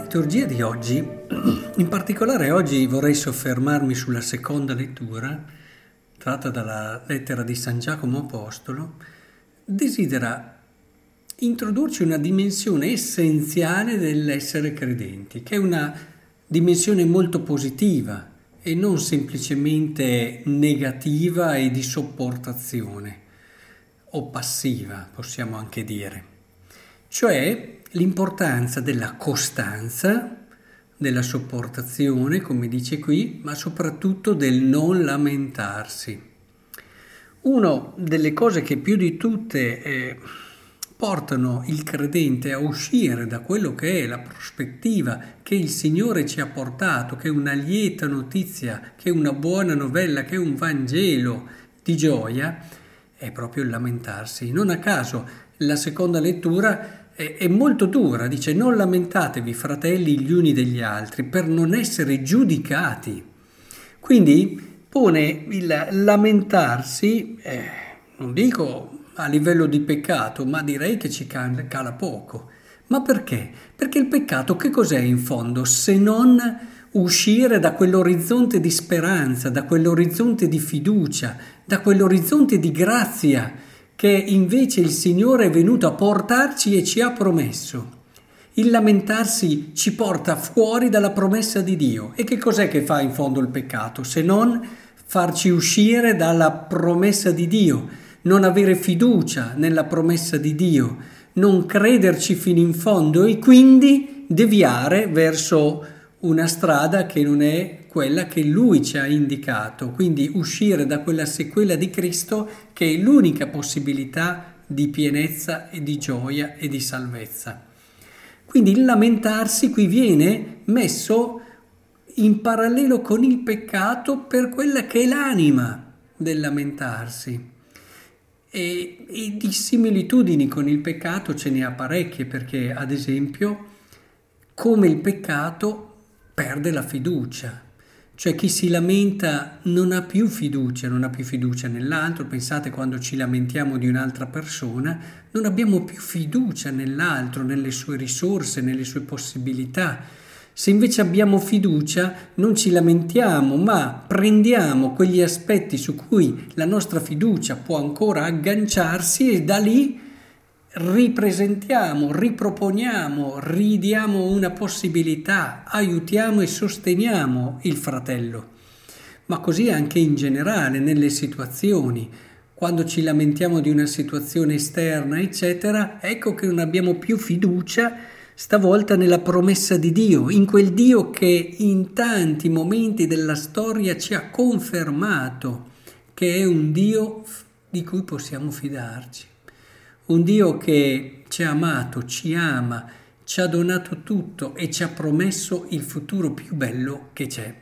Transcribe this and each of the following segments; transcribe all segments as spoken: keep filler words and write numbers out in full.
liturgia di oggi, in particolare oggi vorrei soffermarmi sulla seconda lettura, tratta dalla lettera di San Giacomo Apostolo, desidera introdurci una dimensione essenziale dell'essere credenti, che è una dimensione molto positiva e non semplicemente negativa e di sopportazione o passiva, possiamo anche dire. Cioè l'importanza della costanza, della sopportazione, come dice qui, ma soprattutto del non lamentarsi. Una delle cose che più di tutte eh, portano il credente a uscire da quello che è la prospettiva che il Signore ci ha portato, che è una lieta notizia, che è una buona novella, che è un Vangelo di gioia, è proprio il lamentarsi. Non a caso la seconda lettura è molto dura, dice: non lamentatevi, fratelli, gli uni degli altri, per non essere giudicati. Quindi pone il lamentarsi, eh, non dico a livello di peccato, ma direi che ci cala poco. Ma perché? Perché il peccato che cos'è in fondo? Se non uscire da quell'orizzonte di speranza, da quell'orizzonte di fiducia, da quell'orizzonte di grazia che invece il Signore è venuto a portarci e ci ha promesso. Il lamentarsi ci porta fuori dalla promessa di Dio. E che cos'è che fa in fondo il peccato? Se non farci uscire dalla promessa di Dio, non avere fiducia nella promessa di Dio, non crederci fino in fondo e quindi deviare verso una strada che non è quella che Lui ci ha indicato, quindi uscire da quella sequela di Cristo che è l'unica possibilità di pienezza e di gioia e di salvezza. Quindi il lamentarsi qui viene messo in parallelo con il peccato per quella che è l'anima del lamentarsi. E, e di similitudini con il peccato ce ne ha parecchie, perché ad esempio come il peccato perde la fiducia. Cioè chi si lamenta non ha più fiducia, non ha più fiducia nell'altro. Pensate, quando ci lamentiamo di un'altra persona, non abbiamo più fiducia nell'altro, nelle sue risorse, nelle sue possibilità. Se invece abbiamo fiducia, non ci lamentiamo, ma prendiamo quegli aspetti su cui la nostra fiducia può ancora agganciarsi e da lì ripresentiamo, riproponiamo, ridiamo una possibilità, aiutiamo e sosteniamo il fratello. Ma così anche in generale, nelle situazioni, quando ci lamentiamo di una situazione esterna, eccetera, ecco che non abbiamo più fiducia stavolta nella promessa di Dio, in quel Dio che in tanti momenti della storia ci ha confermato che è un Dio di cui possiamo fidarci. Un Dio che ci ha amato, ci ama, ci ha donato tutto e ci ha promesso il futuro più bello che c'è.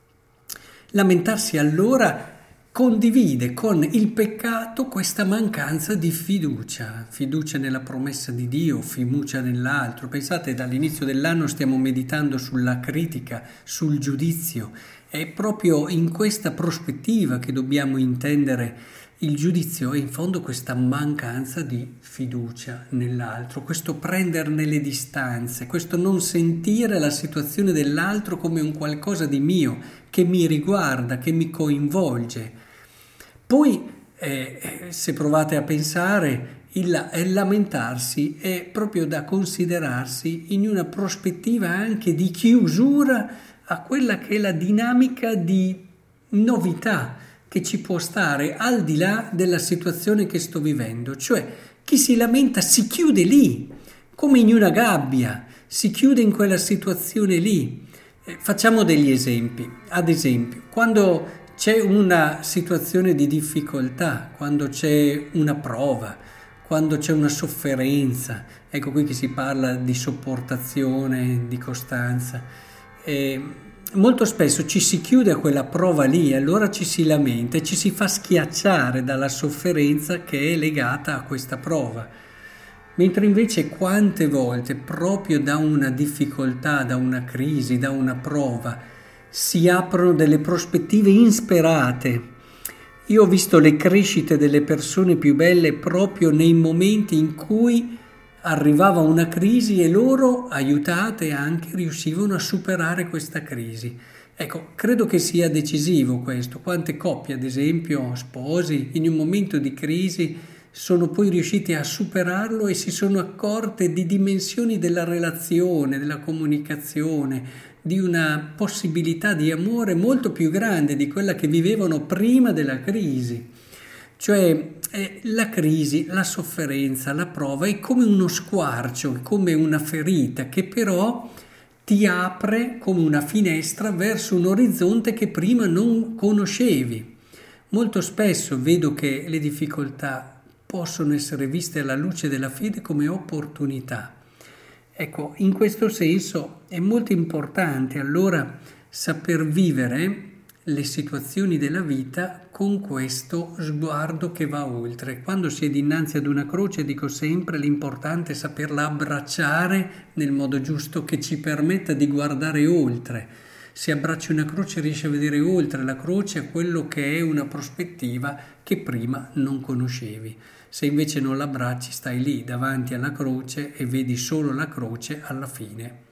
Lamentarsi allora condivide con il peccato questa mancanza di fiducia, fiducia nella promessa di Dio, fiducia nell'altro. Pensate, dall'inizio dell'anno stiamo meditando sulla critica, sul giudizio. È proprio in questa prospettiva che dobbiamo intendere il giudizio, è in fondo questa mancanza di fiducia nell'altro, questo prenderne le distanze, questo non sentire la situazione dell'altro come un qualcosa di mio, che mi riguarda, che mi coinvolge. Poi, eh, se provate a pensare, il, il lamentarsi è proprio da considerarsi in una prospettiva anche di chiusura a quella che è la dinamica di novità che ci può stare al di là della situazione che sto vivendo. Cioè, chi si lamenta si chiude lì, come in una gabbia, si chiude in quella situazione lì. Eh, facciamo degli esempi. Ad esempio, quando c'è una situazione di difficoltà, quando c'è una prova, quando c'è una sofferenza, ecco qui che si parla di sopportazione, di costanza. Eh, Molto spesso ci si chiude a quella prova lì e allora ci si lamenta e ci si fa schiacciare dalla sofferenza che è legata a questa prova. Mentre invece quante volte proprio da una difficoltà, da una crisi, da una prova si aprono delle prospettive insperate. Io ho visto le crescite delle persone più belle proprio nei momenti in cui arrivava una crisi e loro, aiutate anche, riuscivano a superare questa crisi. Ecco, credo che sia decisivo questo. Quante coppie, ad esempio, sposi, in un momento di crisi sono poi riusciti a superarlo e si sono accorte di dimensioni della relazione, della comunicazione, di una possibilità di amore molto più grande di quella che vivevano prima della crisi. Cioè eh, la crisi, la sofferenza, la prova è come uno squarcio, come una ferita che però ti apre come una finestra verso un orizzonte che prima non conoscevi. Molto spesso vedo che le difficoltà possono essere viste alla luce della fede come opportunità. Ecco, in questo senso è molto importante allora saper vivere le situazioni della vita con questo sguardo che va oltre. Quando si è dinanzi ad una croce, dico sempre, l'importante è saperla abbracciare nel modo giusto che ci permetta di guardare oltre. Se abbracci una croce riesci a vedere oltre la croce a quello che è una prospettiva che prima non conoscevi. Se invece non l'abbracci stai lì davanti alla croce e vedi solo la croce, alla fine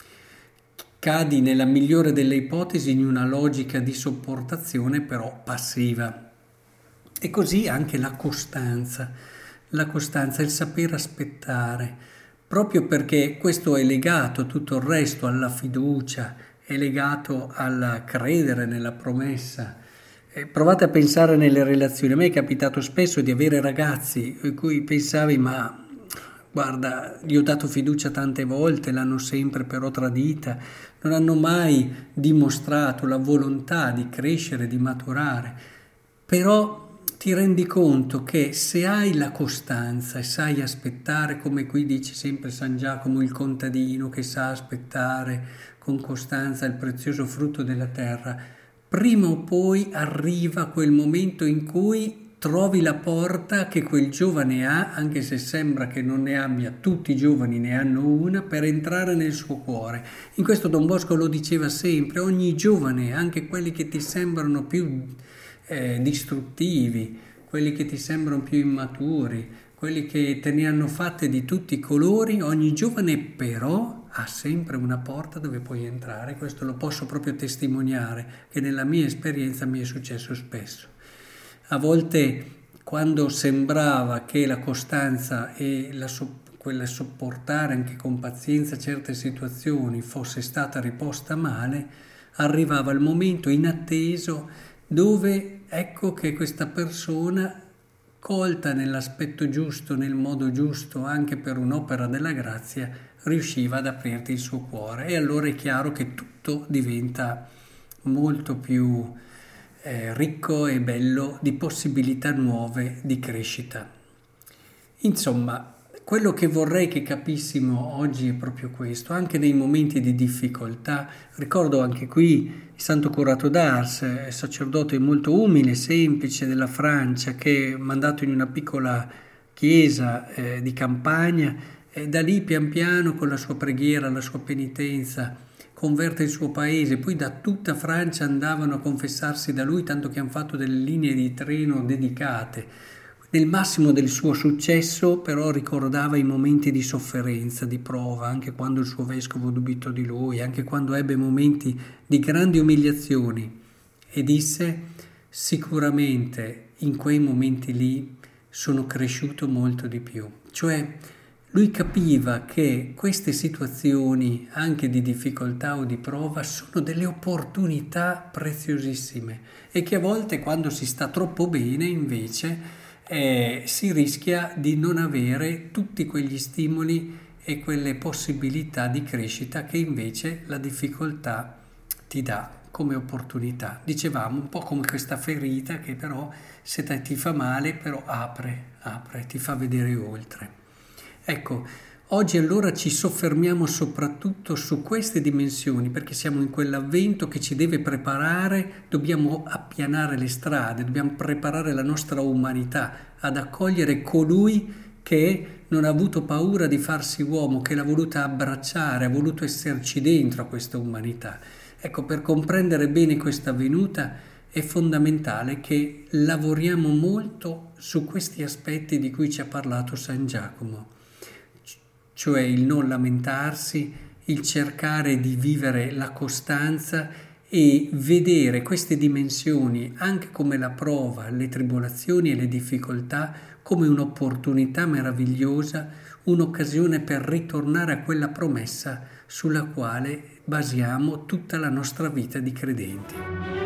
cadi nella migliore delle ipotesi in una logica di sopportazione però passiva. E così anche la costanza, la costanza, il saper aspettare, proprio perché questo è legato tutto il resto alla fiducia, è legato al credere nella promessa. Eh, provate a pensare nelle relazioni. A me è capitato spesso di avere ragazzi in cui pensavi ma guarda, gli ho dato fiducia tante volte, l'hanno sempre però tradita, non hanno mai dimostrato la volontà di crescere, di maturare. Però ti rendi conto che se hai la costanza e sai aspettare, come qui dice sempre San Giacomo, il contadino che sa aspettare con costanza il prezioso frutto della terra, prima o poi arriva quel momento in cui trovi la porta che quel giovane ha, anche se sembra che non ne abbia, tutti i giovani ne hanno una, per entrare nel suo cuore. In questo Don Bosco lo diceva sempre, ogni giovane, anche quelli che ti sembrano più eh, distruttivi, quelli che ti sembrano più immaturi, quelli che te ne hanno fatte di tutti i colori, ogni giovane però ha sempre una porta dove puoi entrare. Questo lo posso proprio testimoniare, che nella mia esperienza mi è successo spesso. A volte, quando sembrava che la costanza e la so- quella sopportare anche con pazienza certe situazioni fosse stata riposta male, arrivava il momento inatteso dove ecco che questa persona, colta nell'aspetto giusto, nel modo giusto, anche per un'opera della grazia, riusciva ad aprirti il suo cuore. E allora è chiaro che tutto diventa molto più Eh, ricco e bello di possibilità nuove di crescita. Insomma, quello che vorrei che capissimo oggi è proprio questo, anche nei momenti di difficoltà. Ricordo anche qui il Santo Curato d'Ars, sacerdote molto umile, semplice della Francia, che è mandato in una piccola chiesa eh, di campagna e da lì pian piano con la sua preghiera, la sua penitenza, converte il suo paese, poi da tutta Francia andavano a confessarsi da lui, tanto che hanno fatto delle linee di treno dedicate. Nel massimo del suo successo però ricordava i momenti di sofferenza, di prova, anche quando il suo vescovo dubitò di lui, anche quando ebbe momenti di grandi umiliazioni, e disse: sicuramente in quei momenti lì sono cresciuto molto di più. Cioè lui capiva che queste situazioni, anche di difficoltà o di prova, sono delle opportunità preziosissime e che a volte, quando si sta troppo bene, invece, eh, si rischia di non avere tutti quegli stimoli e quelle possibilità di crescita che invece la difficoltà ti dà come opportunità. Dicevamo, un po' come questa ferita che però, se ti fa male, però apre, apre, ti fa vedere oltre. Ecco, oggi allora ci soffermiamo soprattutto su queste dimensioni, perché siamo in quell'avvento che ci deve preparare, dobbiamo appianare le strade, dobbiamo preparare la nostra umanità ad accogliere colui che non ha avuto paura di farsi uomo, che l'ha voluta abbracciare, ha voluto esserci dentro a questa umanità. Ecco, per comprendere bene questa venuta è fondamentale che lavoriamo molto su questi aspetti di cui ci ha parlato San Giacomo. cioè il non lamentarsi, il cercare di vivere la costanza e vedere queste dimensioni anche come la prova, le tribolazioni e le difficoltà come un'opportunità meravigliosa, un'occasione per ritornare a quella promessa sulla quale basiamo tutta la nostra vita di credenti.